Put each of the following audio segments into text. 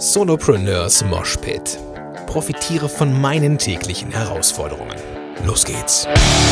Solopreneurs Moshpit. Profitiere von meinen täglichen Herausforderungen. Los geht's!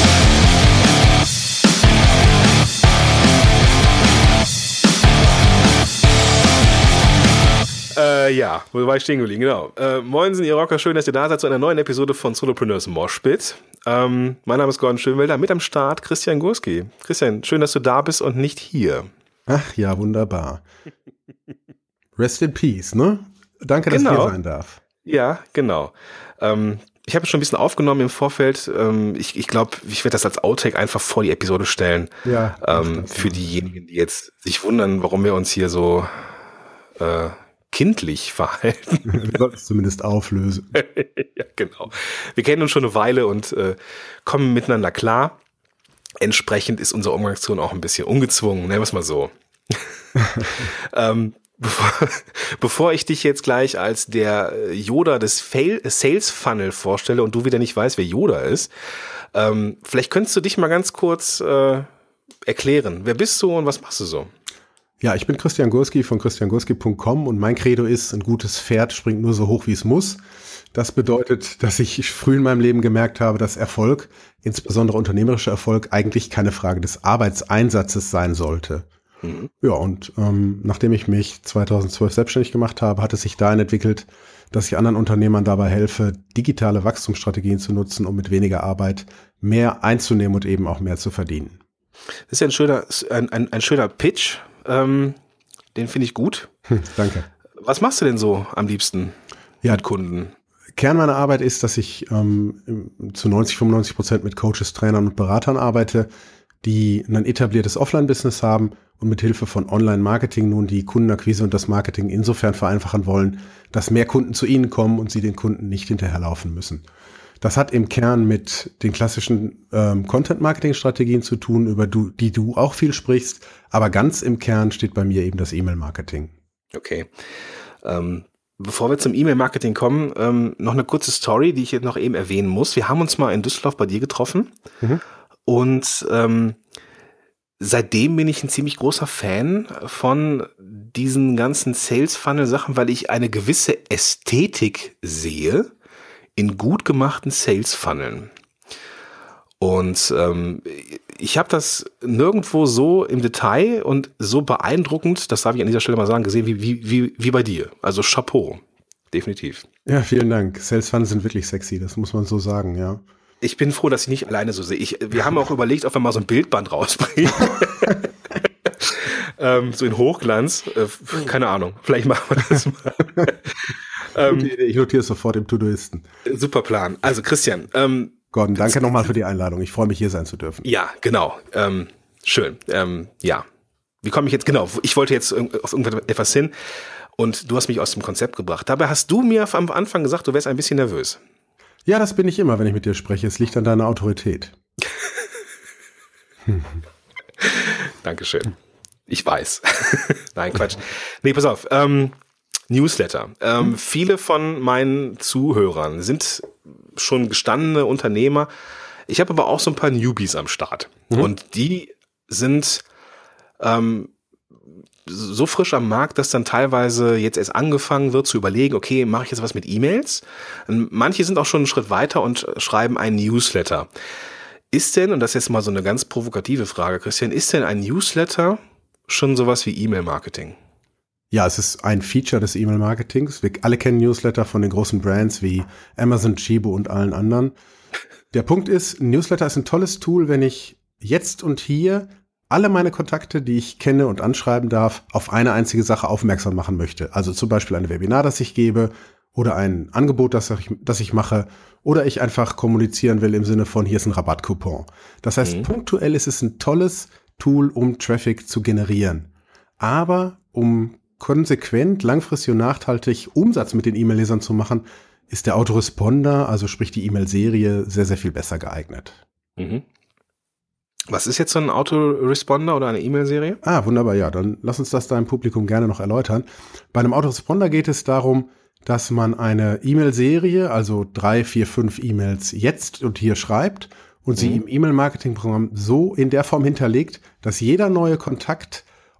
Ja, wo war ich stehen geblieben? Genau. Moinsen, ihr Rocker, schön, dass ihr da seid zu einer neuen Episode von Solopreneurs Moshpit. Mein Name ist Gordon Schönwelder, mit am Start Christian Gurski. Christian, schön, dass du da bist und nicht hier. Ach ja, wunderbar. Rest in Peace, ne? Danke, dass ich hier sein darf. Ja, genau. Ich habe schon ein bisschen aufgenommen im Vorfeld. Ich glaube, ich werde das als Outtake einfach vor die Episode stellen. Ja. Für diejenigen, die jetzt sich wundern, warum wir uns hier so kindlich verhalten. Wir sollten es zumindest auflösen. Ja, genau. Wir kennen uns schon eine Weile und kommen miteinander klar. Entsprechend ist unser Umgangston auch ein bisschen ungezwungen, nennen wir es mal so. Bevor ich dich jetzt gleich als der Yoda des Sales Funnel vorstelle und du wieder nicht weißt, wer Yoda ist, vielleicht könntest du dich mal ganz kurz erklären. Wer bist du und was machst du so? Ja, ich bin Christian Gurski von christiangurski.com und mein Credo ist, ein gutes Pferd springt nur so hoch, wie es muss. Das bedeutet, dass ich früh in meinem Leben gemerkt habe, dass Erfolg, insbesondere unternehmerischer Erfolg, eigentlich keine Frage des Arbeitseinsatzes sein sollte. Mhm. Ja, und nachdem ich mich 2012 selbstständig gemacht habe, hat es sich dahin entwickelt, dass ich anderen Unternehmern dabei helfe, digitale Wachstumsstrategien zu nutzen, um mit weniger Arbeit mehr einzunehmen und eben auch mehr zu verdienen. Das ist ja ein schöner Pitch. Den finde ich gut. Danke. Was machst du denn so am liebsten mit Kunden? Kern meiner Arbeit ist, dass ich zu 95% mit Coaches, Trainern und Beratern arbeite, die ein etabliertes Offline-Business haben und mit Hilfe von Online-Marketing nun die Kundenakquise und das Marketing insofern vereinfachen wollen, dass mehr Kunden zu ihnen kommen und sie den Kunden nicht hinterherlaufen müssen. Das hat im Kern mit den klassischen Content-Marketing-Strategien zu tun, über die du auch viel sprichst, aber ganz im Kern steht bei mir eben das E-Mail-Marketing. Okay. Bevor wir zum E-Mail-Marketing kommen, noch eine kurze Story, die ich jetzt noch eben erwähnen muss. Wir haben uns mal in Düsseldorf bei dir getroffen und seitdem bin ich ein ziemlich großer Fan von diesen ganzen Sales-Funnel-Sachen, weil ich eine gewisse Ästhetik sehe in gut gemachten Sales-Funneln. Und ich habe das nirgendwo so im Detail und so beeindruckend, das darf ich an dieser Stelle mal sagen, gesehen wie bei dir. Also Chapeau, definitiv. Ja, vielen Dank. Sales-Funnel sind wirklich sexy, das muss man so sagen, ja. Ich bin froh, dass ich nicht alleine so sehe. Wir haben auch überlegt, ob wir mal so ein Bildband rausbringen. So in Hochglanz. Keine Ahnung, vielleicht machen wir das mal. Ich notiere es sofort im To-Doisten. Super Plan. Also Christian. Gordon, danke nochmal für die Einladung. Ich freue mich, hier sein zu dürfen. Ja, genau. Schön. Ja. Wie komme ich jetzt? Genau. Ich wollte jetzt auf irgendetwas hin und du hast mich aus dem Konzept gebracht. Dabei hast du mir am Anfang gesagt, du wärst ein bisschen nervös. Ja, das bin ich immer, wenn ich mit dir spreche. Es liegt an deiner Autorität. Dankeschön. Ich weiß. Nein, Quatsch. Nee, pass auf. Newsletter. Viele von meinen Zuhörern sind schon gestandene Unternehmer. Ich habe aber auch so ein paar Newbies am Start. Und die sind so frisch am Markt, dass dann teilweise jetzt erst angefangen wird zu überlegen, okay, mache ich jetzt was mit E-Mails? Und manche sind auch schon einen Schritt weiter und schreiben einen Newsletter. Ist denn, und das ist jetzt mal so eine ganz provokative Frage, Christian, ist denn ein Newsletter schon sowas wie E-Mail-Marketing? Ja, es ist ein Feature des E-Mail-Marketings. Wir alle kennen Newsletter von den großen Brands wie Amazon, Chibo und allen anderen. Der Punkt ist, Newsletter ist ein tolles Tool, wenn ich jetzt und hier alle meine Kontakte, die ich kenne und anschreiben darf, auf eine einzige Sache aufmerksam machen möchte. Also zum Beispiel ein Webinar, das ich gebe oder ein Angebot, das ich mache oder ich einfach kommunizieren will im Sinne von, hier ist ein Rabattcoupon. Das heißt, punktuell ist es ein tolles Tool, um Traffic zu generieren. Aber um konsequent, langfristig und nachhaltig Umsatz mit den E-Mail-Lesern zu machen, ist der Autoresponder, also sprich die E-Mail-Serie, sehr, sehr viel besser geeignet. Was ist jetzt so ein Autoresponder oder eine E-Mail-Serie? Wunderbar, ja, dann lass uns das deinem Publikum gerne noch erläutern. Bei einem Autoresponder geht es darum, dass man eine E-Mail-Serie, also 3, 4, 5 E-Mails jetzt und hier schreibt und sie im E-Mail-Marketing-Programm so in der Form hinterlegt, dass jeder neue Kontakt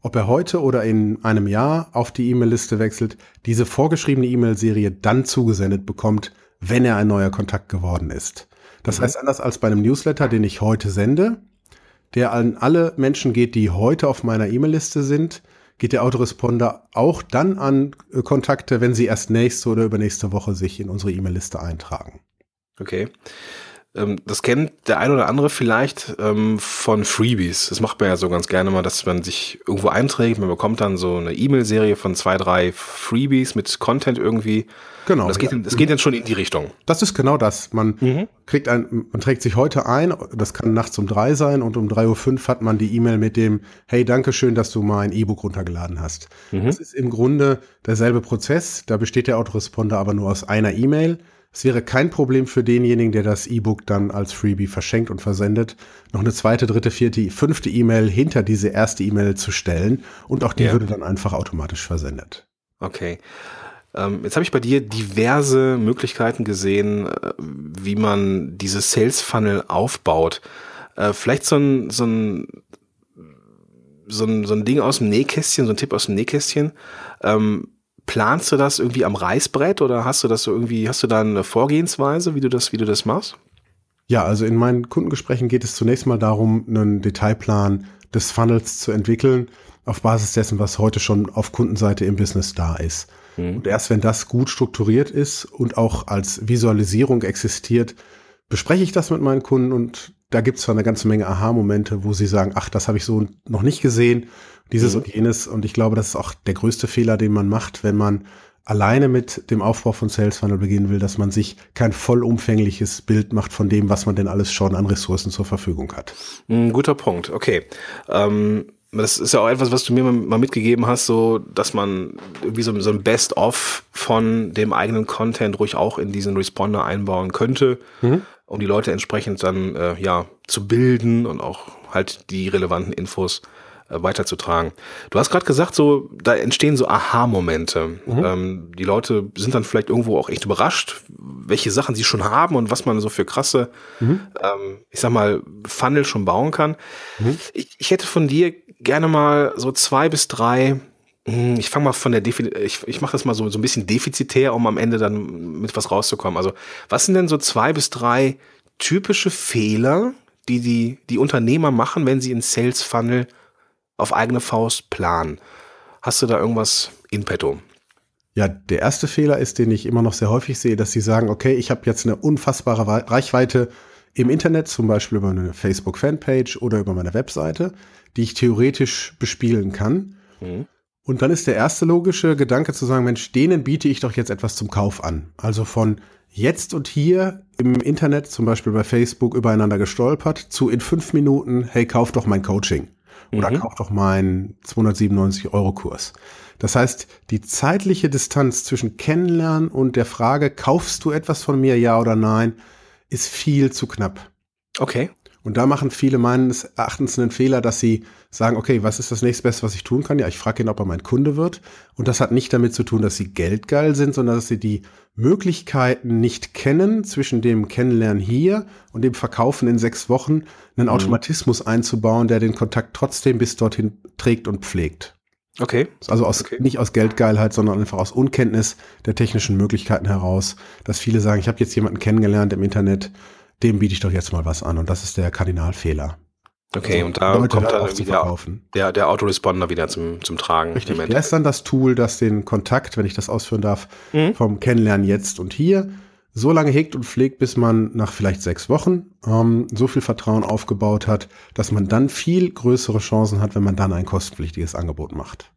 ob er heute oder in einem Jahr auf die E-Mail-Liste wechselt, diese vorgeschriebene E-Mail-Serie dann zugesendet bekommt, wenn er ein neuer Kontakt geworden ist. Das heißt, anders als bei einem Newsletter, den ich heute sende, der an alle Menschen geht, die heute auf meiner E-Mail-Liste sind, geht der Autoresponder auch dann an Kontakte, wenn sie erst nächste oder übernächste Woche sich in unsere E-Mail-Liste eintragen. Okay. Das kennt der ein oder andere vielleicht von Freebies. Das macht man ja so ganz gerne mal, dass man sich irgendwo einträgt. Man bekommt dann so eine E-Mail-Serie von 2, 3 Freebies mit Content irgendwie. Genau. Das geht dann schon in die Richtung. Das ist genau das. Man trägt sich heute ein, das kann nachts um 3 sein und um 3:05 Uhr hat man die E-Mail mit dem, hey, danke schön, dass du mein E-Book runtergeladen hast. Das ist im Grunde derselbe Prozess. Da besteht der Autoresponder aber nur aus einer E-Mail. Es wäre kein Problem für denjenigen, der das E-Book dann als Freebie verschenkt und versendet, noch eine 2., 3., 4., 5. E-Mail hinter diese erste E-Mail zu stellen und auch die würde dann einfach automatisch versendet. Okay. Jetzt habe ich bei dir diverse Möglichkeiten gesehen, wie man diese Sales Funnel aufbaut. Vielleicht so ein Ding aus dem Nähkästchen, so ein Tipp aus dem Nähkästchen. Planst du das irgendwie am Reißbrett oder hast du da eine Vorgehensweise, wie du das machst? Ja, also in meinen Kundengesprächen geht es zunächst mal darum, einen Detailplan des Funnels zu entwickeln, auf Basis dessen, was heute schon auf Kundenseite im Business da ist. Und erst wenn das gut strukturiert ist und auch als Visualisierung existiert, bespreche ich das mit meinen Kunden und da gibt es zwar eine ganze Menge Aha-Momente, wo sie sagen, ach, das habe ich so noch nicht gesehen, dieses und jenes. Und ich glaube, das ist auch der größte Fehler, den man macht, wenn man alleine mit dem Aufbau von Sales Funnel beginnen will, dass man sich kein vollumfängliches Bild macht von dem, was man denn alles schon an Ressourcen zur Verfügung hat. Guter Punkt, okay. Das ist ja auch etwas, was du mir mal mitgegeben hast, so, dass man irgendwie so ein Best-of von dem eigenen Content ruhig auch in diesen Responder einbauen könnte, um die Leute entsprechend dann zu bilden und auch halt die relevanten Infos weiterzutragen. Du hast gerade gesagt, so da entstehen so Aha-Momente. Die Leute sind dann vielleicht irgendwo auch echt überrascht, welche Sachen sie schon haben und was man so für krasse, ich sag mal, Funnel schon bauen kann. Ich hätte von dir gerne mal so 2 bis 3. Ich fange mal von ich mache das mal so ein bisschen defizitär, um am Ende dann mit was rauszukommen. Also was sind denn so 2 bis 3 typische Fehler, die Unternehmer machen, wenn sie einen Sales Funnel auf eigene Faust planen? Hast du da irgendwas in petto? Ja, der erste Fehler ist, den ich immer noch sehr häufig sehe, dass sie sagen, okay, ich habe jetzt eine unfassbare Reichweite im Internet, zum Beispiel über eine Facebook-Fanpage oder über meine Webseite, die ich theoretisch bespielen kann. Und dann ist der erste logische Gedanke zu sagen, Mensch, denen biete ich doch jetzt etwas zum Kauf an. Also von jetzt und hier im Internet, zum Beispiel bei Facebook, übereinander gestolpert, zu in 5 Minuten, hey, kauf doch mein Coaching. Oder kauf doch meinen 297-Euro-Kurs. Das heißt, die zeitliche Distanz zwischen Kennenlernen und der Frage, kaufst du etwas von mir, ja oder nein, ist viel zu knapp. Okay. Und da machen viele meines Erachtens einen Fehler, dass sie sagen, okay, was ist das nächstbeste, was ich tun kann? Ja, ich frage ihn, ob er mein Kunde wird. Und das hat nicht damit zu tun, dass sie geldgeil sind, sondern dass sie die Möglichkeiten nicht kennen, zwischen dem Kennenlernen hier und dem Verkaufen in 6 Wochen einen Automatismus einzubauen, der den Kontakt trotzdem bis dorthin trägt und pflegt. Okay. Also nicht aus Geldgeilheit, sondern einfach aus Unkenntnis der technischen Möglichkeiten heraus, dass viele sagen, ich habe jetzt jemanden kennengelernt im Internet, dem biete ich doch jetzt mal was an. Und das ist der Kardinalfehler. Okay, also, und da kommt dann irgendwie der Autoresponder wieder zum Tragen. Richtig, der ist dann das Tool, das den Kontakt, wenn ich das ausführen darf, vom Kennenlernen jetzt und hier so lange hegt und pflegt, bis man nach vielleicht 6 Wochen so viel Vertrauen aufgebaut hat, dass man dann viel größere Chancen hat, wenn man dann ein kostenpflichtiges Angebot macht.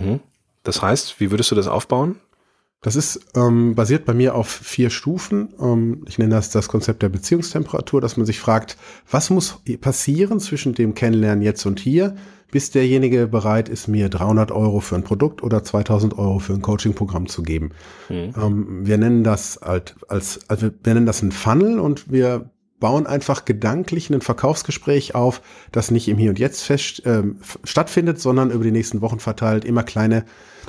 Das heißt, wie würdest du das aufbauen? Das ist basiert bei mir auf 4 Stufen. Ich nenne das Konzept der Beziehungstemperatur, dass man sich fragt, was muss passieren zwischen dem Kennenlernen jetzt und hier, bis derjenige bereit ist, mir 300 Euro für ein Produkt oder 2000 Euro für ein Coaching-Programm zu geben. Wir nennen das wir nennen das ein Funnel und wir bauen einfach gedanklich ein Verkaufsgespräch auf, das nicht im Hier und Jetzt stattfindet, sondern über die nächsten Wochen verteilt immer kleine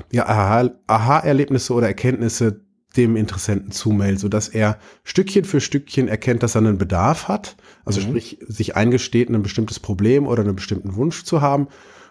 Aha-Erlebnisse oder Erkenntnisse dem Interessenten zumailt, sodass er Stückchen für Stückchen erkennt, dass er einen Bedarf hat, also sprich sich eingesteht, ein bestimmtes Problem oder einen bestimmten Wunsch zu haben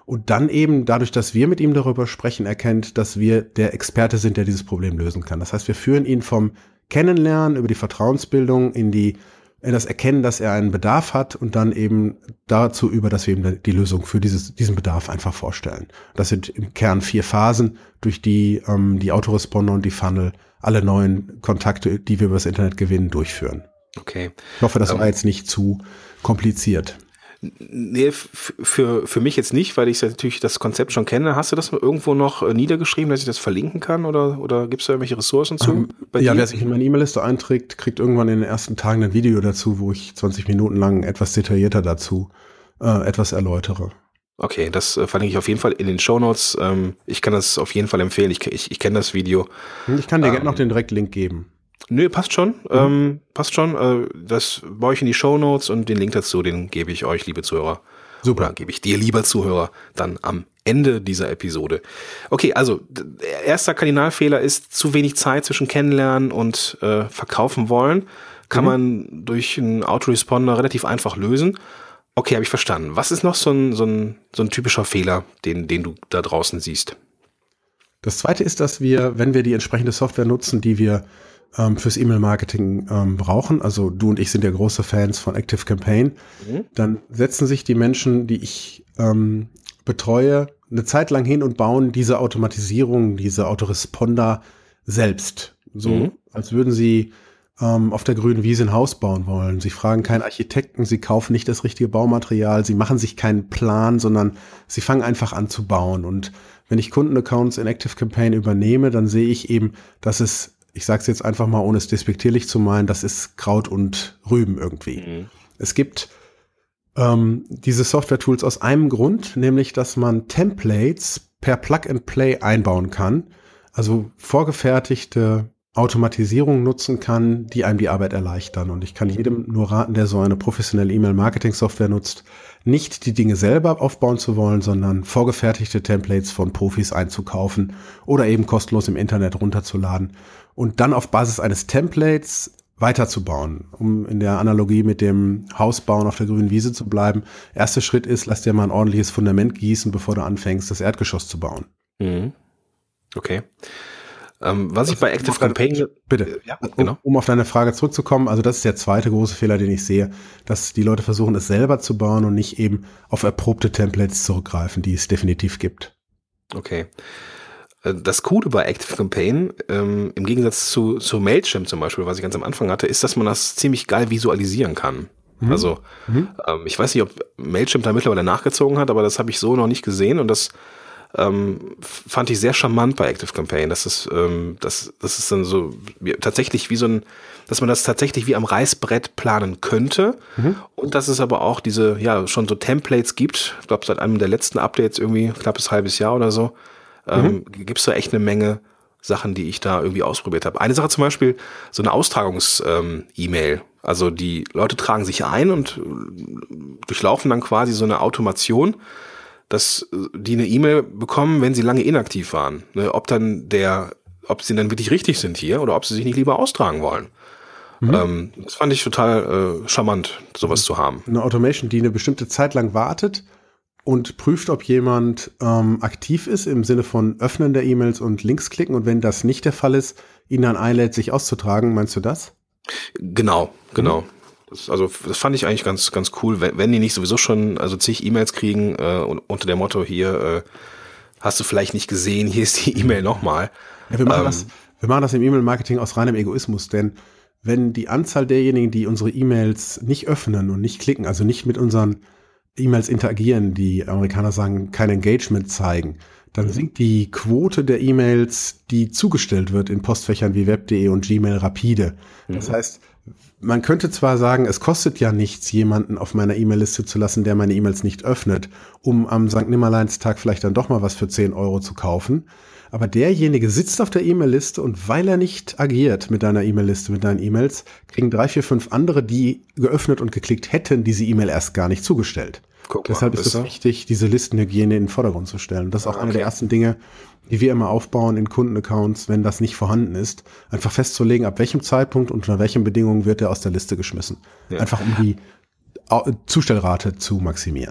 und dann eben dadurch, dass wir mit ihm darüber sprechen, erkennt, dass wir der Experte sind, der dieses Problem lösen kann. Das heißt, wir führen ihn vom Kennenlernen über die Vertrauensbildung in das Erkennen, dass er einen Bedarf hat und dann eben dazu über, dass wir ihm die Lösung für diesen Bedarf einfach vorstellen. Das sind im Kern 4 Phasen, durch die die Autoresponder und die Funnel alle neuen Kontakte, die wir über das Internet gewinnen, durchführen. Okay. Ich hoffe, das war jetzt nicht zu kompliziert. Nee, für mich jetzt nicht, weil ich natürlich das Konzept schon kenne. Hast du das irgendwo noch niedergeschrieben, dass ich das verlinken kann oder gibt es da irgendwelche Ressourcen zu? Wer sich in meine E-Mail-Liste einträgt, kriegt irgendwann in den ersten Tagen ein Video dazu, wo ich 20 Minuten lang etwas detaillierter dazu etwas erläutere. Okay, das verlinke ich auf jeden Fall in den Shownotes. Ich kann das auf jeden Fall empfehlen. Ich kenne das Video. Ich kann dir gerne noch den Direktlink geben. Nö, passt schon. Passt schon. Das baue ich in die Shownotes und den Link dazu, den gebe ich euch, liebe Zuhörer. Super. Oder gebe ich dir, lieber Zuhörer, dann am Ende dieser Episode. Okay, also erster Kardinalfehler ist zu wenig Zeit zwischen Kennenlernen und Verkaufen wollen. Kann man durch einen Autoresponder relativ einfach lösen. Okay, habe ich verstanden. Was ist noch so ein typischer Fehler, den du da draußen siehst? Das zweite ist, dass wir, wenn wir die entsprechende Software nutzen, die wir fürs E-Mail-Marketing brauchen, also du und ich sind ja große Fans von ActiveCampaign, dann setzen sich die Menschen, die ich betreue, eine Zeit lang hin und bauen diese Automatisierung, diese Autoresponder selbst. So als würden sie auf der grünen Wiese ein Haus bauen wollen. Sie fragen keinen Architekten, sie kaufen nicht das richtige Baumaterial, sie machen sich keinen Plan, sondern sie fangen einfach an zu bauen. Und wenn ich Kundenaccounts in ActiveCampaign übernehme, dann sehe ich eben, dass es, ich sage es jetzt einfach mal, ohne es despektierlich zu meinen, das ist Kraut und Rüben irgendwie. Es gibt diese Software-Tools aus einem Grund, nämlich, dass man Templates per Plug-and-Play einbauen kann, also vorgefertigte Automatisierung nutzen kann, die einem die Arbeit erleichtern. Und ich kann jedem nur raten, der so eine professionelle E-Mail-Marketing-Software nutzt, nicht die Dinge selber aufbauen zu wollen, sondern vorgefertigte Templates von Profis einzukaufen oder eben kostenlos im Internet runterzuladen und dann auf Basis eines Templates weiterzubauen, um in der Analogie mit dem Hausbauen auf der grünen Wiese zu bleiben. Erster Schritt ist, lass dir mal ein ordentliches Fundament gießen, bevor du anfängst, das Erdgeschoss zu bauen. Okay. Was ich bei ActiveCampaign... Bitte, ja, genau. Um auf deine Frage zurückzukommen, also das ist der zweite große Fehler, den ich sehe, dass die Leute versuchen, es selber zu bauen und nicht eben auf erprobte Templates zurückgreifen, die es definitiv gibt. Okay. Das Coole bei ActiveCampaign, im Gegensatz zu Mailchimp zum Beispiel, was ich ganz am Anfang hatte, ist, dass man das ziemlich geil visualisieren kann. Also, ich weiß nicht, ob Mailchimp da mittlerweile nachgezogen hat, aber das habe ich so noch nicht gesehen und das fand ich sehr charmant bei ActiveCampaign. Das ist dann so tatsächlich dass man das tatsächlich wie am Reißbrett planen könnte und dass es aber auch diese, schon so Templates gibt. Ich glaube, seit einem der letzten Updates irgendwie, knappes halbes Jahr oder so, gibt es da echt eine Menge Sachen, die ich da irgendwie ausprobiert habe. Eine Sache zum Beispiel, so eine Austragungs-E-Mail. Also die Leute tragen sich ein und durchlaufen dann quasi so eine Automation, dass die eine E-Mail bekommen, wenn sie lange inaktiv waren. Ne, ob sie dann wirklich richtig sind hier oder ob sie sich nicht lieber austragen wollen. Das fand ich total charmant, sowas zu haben. Eine Automation, die eine bestimmte Zeit lang wartet und prüft, ob jemand aktiv ist, im Sinne von Öffnen der E-Mails und Links klicken. Und wenn das nicht der Fall ist, ihn dann einlädt, sich auszutragen. Meinst du das? Genau. Das fand ich eigentlich ganz, ganz cool, wenn die nicht sowieso schon zig E-Mails kriegen unter dem Motto hier, hast du vielleicht nicht gesehen, hier ist die E-Mail nochmal. Ja, wir machen das im E-Mail-Marketing aus reinem Egoismus, denn wenn die Anzahl derjenigen, die unsere E-Mails nicht öffnen und nicht klicken, also nicht mit unseren E-Mails interagieren, die Amerikaner sagen, kein Engagement zeigen, dann sinkt die Quote der E-Mails, die zugestellt wird in Postfächern wie web.de und Gmail rapide. Das heißt, man könnte zwar sagen, es kostet ja nichts, jemanden auf meiner E-Mail-Liste zu lassen, der meine E-Mails nicht öffnet, um am St. Nimmerleinstag vielleicht dann doch mal was für 10 Euro zu kaufen. Aber derjenige sitzt auf der E-Mail-Liste und weil er nicht agiert mit deiner E-Mail-Liste, mit deinen E-Mails, kriegen 3, 4, 5 andere, die geöffnet und geklickt hätten, diese E-Mail erst gar nicht zugestellt. Deshalb ist es wichtig, diese Listenhygiene in den Vordergrund zu stellen. Und das ist auch eine der ersten Dinge, die wir immer aufbauen in Kundenaccounts, wenn das nicht vorhanden ist. Einfach festzulegen, ab welchem Zeitpunkt und unter welchen Bedingungen wird er aus der Liste geschmissen. Ja. Einfach um die Zustellrate zu maximieren.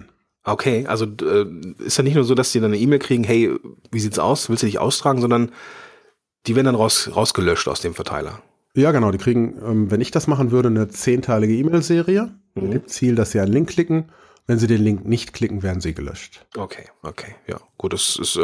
Okay, also ist ja nicht nur so, dass die dann eine E-Mail kriegen, hey, wie sieht's aus, willst du dich austragen, sondern die werden dann rausgelöscht aus dem Verteiler. Ja, genau, die kriegen, wenn ich das machen würde, eine 10-teilige E-Mail-Serie mit dem Ziel, dass sie einen Link klicken. Wenn sie den Link nicht klicken, werden sie gelöscht. Okay, ja, gut, das ist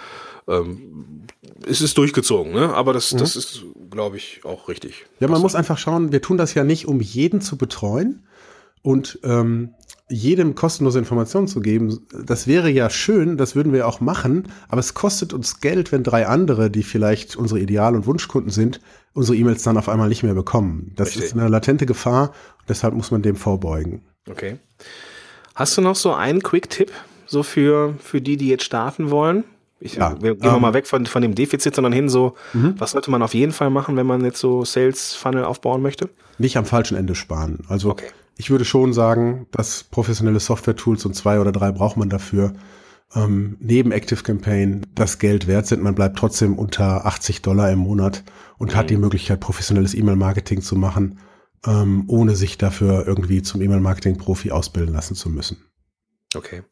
es ist durchgezogen, ne? Aber das ist, glaube ich, auch richtig. Ja, man muss einfach schauen, wir tun das ja nicht, um jeden zu betreuen und jedem kostenlose Informationen zu geben. Das wäre ja schön, das würden wir auch machen, aber es kostet uns Geld, wenn 3 andere, die vielleicht unsere Ideal- und Wunschkunden sind, unsere E-Mails dann auf einmal nicht mehr bekommen. Das ist eine latente Gefahr und deshalb muss man dem vorbeugen. Okay. Hast du noch so einen Quick-Tipp, so für die jetzt starten wollen? Wir gehen mal weg von dem Defizit, sondern hin so, was sollte man auf jeden Fall machen, wenn man jetzt so Sales-Funnel aufbauen möchte? Nicht am falschen Ende sparen. Also ich würde schon sagen, dass professionelle Software-Tools und 2 oder 3 braucht man dafür, neben ActiveCampaign das Geld wert sind. Man bleibt trotzdem unter $80 im Monat und hat die Möglichkeit, professionelles E-Mail-Marketing zu machen, ohne sich dafür irgendwie zum E-Mail-Marketing-Profi ausbilden lassen zu müssen. Okay.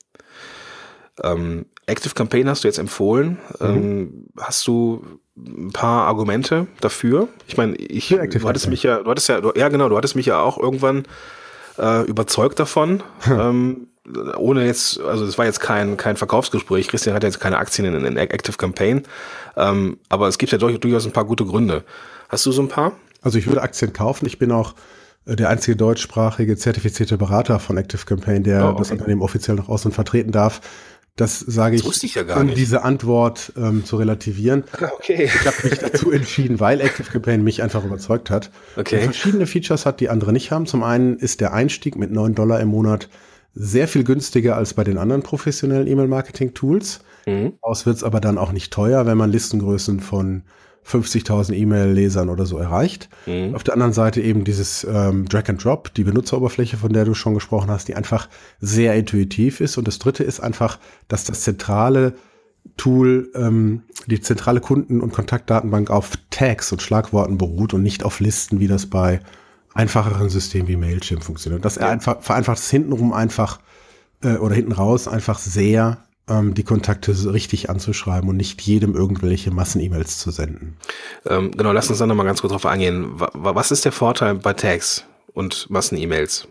ActiveCampaign hast du jetzt empfohlen. Hast du ein paar Argumente dafür? Ich meine, du hattest mich ja auch irgendwann überzeugt davon. Ohne jetzt, also es war jetzt kein Verkaufsgespräch. Christian hat jetzt keine Aktien in ActiveCampaign. Aber es gibt ja durchaus ein paar gute Gründe. Hast du so ein paar? Also ich würde Aktien kaufen. Ich bin auch der einzige deutschsprachige zertifizierte Berater von ActiveCampaign, der das Unternehmen offiziell nach außen vertreten darf. Das sage ich, diese Antwort zu relativieren. Okay. Ich habe mich dazu entschieden, weil ActiveCampaign mich einfach überzeugt hat. Okay. Verschiedene Features hat, die andere nicht haben. Zum einen ist der Einstieg mit $9 im Monat sehr viel günstiger als bei den anderen professionellen E-Mail-Marketing-Tools. Aus wird es aber dann auch nicht teuer, wenn man Listengrößen von 50.000 E-Mail-Lesern oder so erreicht. Auf der anderen Seite eben dieses Drag and Drop, die Benutzeroberfläche, von der du schon gesprochen hast, die einfach sehr intuitiv ist. Und das dritte ist einfach, dass das zentrale Tool, die zentrale Kunden- und Kontaktdatenbank auf Tags und Schlagworten beruht und nicht auf Listen, wie das bei einfacheren Systemen wie Mailchimp funktioniert. Das vereinfacht es hintenrum einfach oder hinten raus einfach sehr, die Kontakte richtig anzuschreiben und nicht jedem irgendwelche Massen-E-Mails zu senden. Genau, lass uns dann nochmal ganz kurz drauf eingehen. Was ist der Vorteil bei Tags und Massen-E-Mails?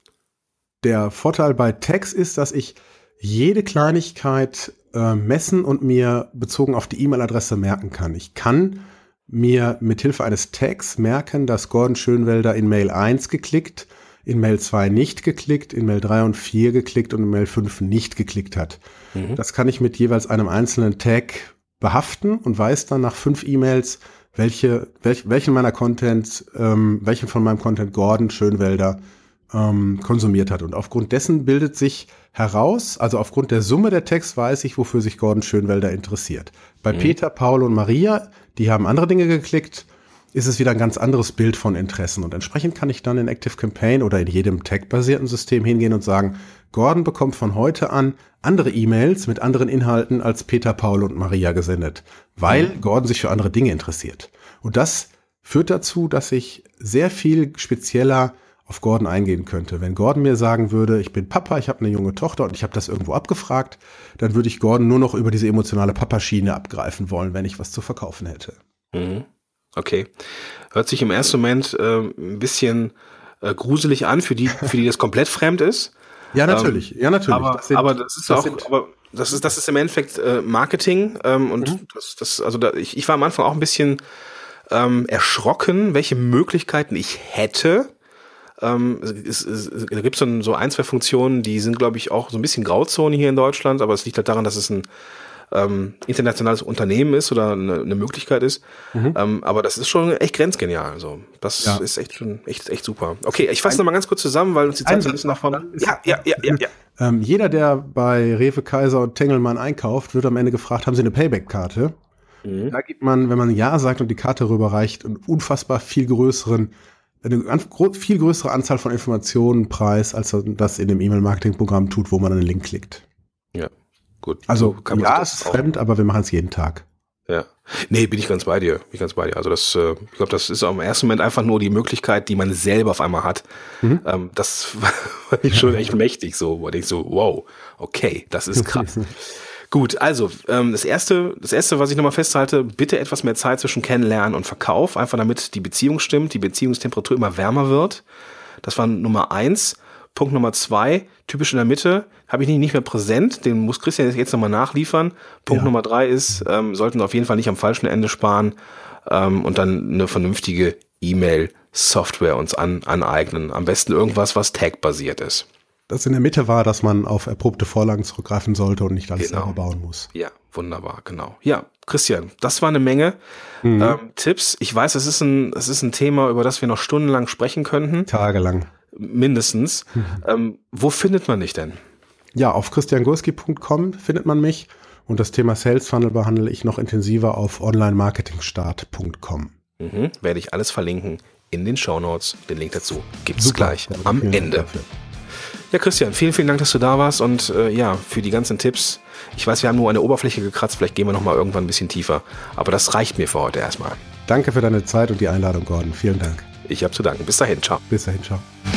Der Vorteil bei Tags ist, dass ich jede Kleinigkeit messen und mir bezogen auf die E-Mail-Adresse merken kann. Ich kann mir mithilfe eines Tags merken, dass Gordon Schönwelder in Mail 1 geklickt, in Mail 2 nicht geklickt, in Mail 3 und 4 geklickt und in Mail 5 nicht geklickt hat. Das kann ich mit jeweils einem einzelnen Tag behaften und weiß dann nach 5 E-Mails, welchen meiner Contents, welchen von meinem Content Gordon Schönwelder konsumiert hat. Und aufgrund dessen bildet sich heraus, also aufgrund der Summe der Tags weiß ich, wofür sich Gordon Schönwelder interessiert. Bei Peter, Paul und Maria, die haben andere Dinge geklickt, ist es wieder ein ganz anderes Bild von Interessen. Und entsprechend kann ich dann in ActiveCampaign oder in jedem Tag-basierten System hingehen und sagen, Gordon bekommt von heute an andere E-Mails mit anderen Inhalten als Peter, Paul und Maria gesendet, weil Gordon sich für andere Dinge interessiert. Und das führt dazu, dass ich sehr viel spezieller auf Gordon eingehen könnte. Wenn Gordon mir sagen würde, ich bin Papa, ich habe eine junge Tochter und ich habe das irgendwo abgefragt, dann würde ich Gordon nur noch über diese emotionale Papa-Schiene abgreifen wollen, wenn ich was zu verkaufen hätte. Okay. Hört sich im ersten Moment ein bisschen gruselig an, für die das komplett fremd ist. Ja, natürlich. Aber das ist im Endeffekt Marketing und ich war am Anfang auch ein bisschen erschrocken, welche Möglichkeiten ich hätte. Da gibt es so ein, zwei Funktionen, die sind, glaube ich, auch so ein bisschen Grauzone hier in Deutschland, aber es liegt halt daran, dass es ein internationales Unternehmen ist oder eine Möglichkeit ist. Aber das ist schon echt grenzgenial. Also das ist echt super. Okay, ich fasse nochmal ganz kurz zusammen, weil uns die Zeit so ein bisschen nach vorne. Ja. Jeder, der bei Rewe, Kaiser und Tengelmann einkauft, wird am Ende gefragt, haben Sie eine Payback-Karte? Da gibt man, wenn man Ja sagt und die Karte rüberreicht, eine viel größere Anzahl von Informationen preis, als das in dem E-Mail-Marketing-Programm tut, wo man einen Link klickt. Ja, gut. Also ja, es ist fremd, aber wir machen es jeden Tag. Ja. Nee, bin ich ganz bei dir. Also das, ich glaube, das ist im ersten Moment einfach nur die Möglichkeit, die man selber auf einmal hat. Das fand ich schon echt mächtig so. Wo ich so, wow, okay, das ist krass. Gut, also das erste, was ich nochmal festhalte, bitte etwas mehr Zeit zwischen Kennenlernen und Verkauf, einfach damit die Beziehung stimmt, die Beziehungstemperatur immer wärmer wird. Das war Nummer 1. Punkt Nummer 2, typisch in der Mitte, habe ich nicht mehr präsent, den muss Christian jetzt nochmal nachliefern. Punkt Nummer 3 ist, sollten auf jeden Fall nicht am falschen Ende sparen und dann eine vernünftige E-Mail-Software uns aneignen. Am besten irgendwas, was Tag-basiert ist. Das in der Mitte war, dass man auf erprobte Vorlagen zurückgreifen sollte und nicht alles selber bauen muss. Ja, wunderbar, genau. Ja, Christian, das war eine Menge Tipps. Ich weiß, es ist ein Thema, über das wir noch stundenlang sprechen könnten. Tagelang. Mindestens. Wo findet man dich denn? Ja, auf christiangurski.com findet man mich und das Thema Sales Funnel behandle ich noch intensiver auf onlinemarketingstart.com. Werde ich alles verlinken in den Shownotes. Den Link dazu gibt es gleich am Ende. Ja, Christian, vielen, vielen Dank, dass du da warst und für die ganzen Tipps. Ich weiß, wir haben nur an der Oberfläche gekratzt, vielleicht gehen wir nochmal irgendwann ein bisschen tiefer. Aber das reicht mir für heute erstmal. Danke für deine Zeit und die Einladung, Gordon. Vielen Dank. Ich habe zu danken. Bis dahin, ciao. Bis dahin, ciao.